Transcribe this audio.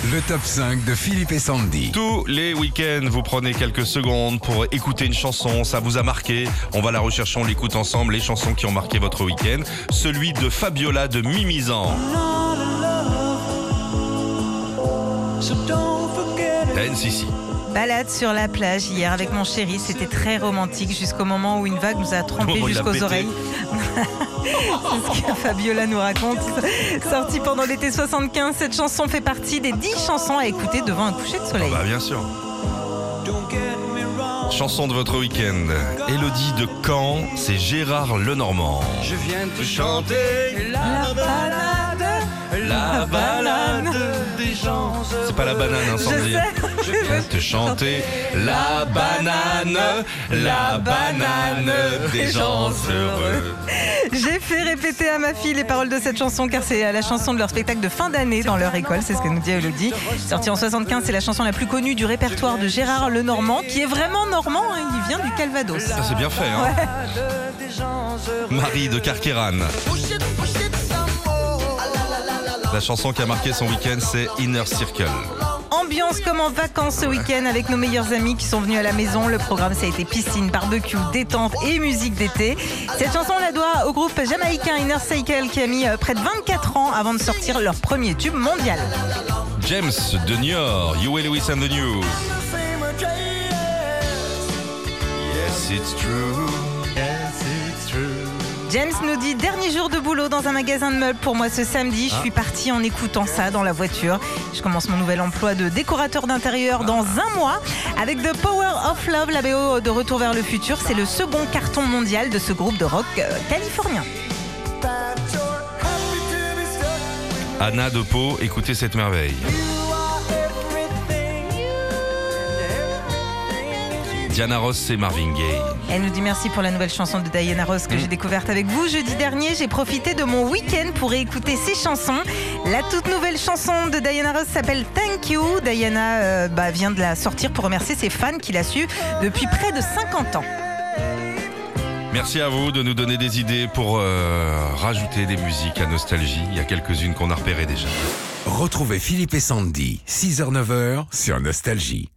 Le top 5 de Philippe et Sandy. Tous les week-ends, vous prenez quelques secondes pour écouter une chanson, ça vous a marqué. On va la rechercher, on l'écoute ensemble, les chansons qui ont marqué votre week-end. Celui de Fabiola de Mimizan. NCC. Balade sur la plage hier avec mon chéri, c'était très romantique jusqu'au moment où une vague nous a trempés jusqu'aux oreilles. C'est ce que Fabiola nous raconte. Sortie pendant l'été 75, cette chanson fait partie des 10 chansons à écouter devant un coucher de soleil. Bah bien sûr. Chanson de votre week-end. Élodie de Caen, c'est Gérard Lenormand. Je viens te chanter La balade des gens. C'est pas la banane, hein, Sandy. Je viens te chanter la banane des gens heureux. J'ai fait répéter à ma fille les paroles de cette chanson car c'est la chanson de leur spectacle de fin d'année dans leur école, c'est ce que nous dit Élodie. Sortie en 75, c'est la chanson la plus connue du répertoire de Gérard Lenormand, qui est vraiment normand, hein, il vient du Calvados. Ça c'est bien fait, hein. Ouais. Marie de Carqueiranne. La chanson qui a marqué son week-end, c'est Inner Circle. Ambiance comme en vacances ce week-end avec nos meilleurs amis qui sont venus à la maison. Le programme, ça a été piscine, barbecue, détente et musique d'été. Cette chanson, on la doit au groupe jamaïcain Inner Circle qui a mis près de 24 ans avant de sortir leur premier tube mondial. James de Niort, Huey Lewis and the News. Yes, it's true. James nous dit dernier jour de boulot dans un magasin de meubles pour moi ce samedi. Je suis partie en écoutant ça dans la voiture. Je commence mon nouvel emploi de décorateur d'intérieur dans un mois avec The Power of Love, la BO de Retour vers le futur. C'est le second carton mondial de ce groupe de rock californien. Anna de Pau, écoutez cette merveille. Diana Ross et Marvin Gaye. Elle nous dit merci pour la nouvelle chanson de Diana Ross que j'ai découverte avec vous jeudi dernier. J'ai profité de mon week-end pour écouter ses chansons. La toute nouvelle chanson de Diana Ross s'appelle Thank You. Diana vient de la sortir pour remercier ses fans qui la suivent depuis près de 50 ans. Merci à vous de nous donner des idées pour rajouter des musiques à Nostalgie. Il y a quelques-unes qu'on a repérées déjà. Retrouvez Philippe et Sandy, 6h-9h sur Nostalgie.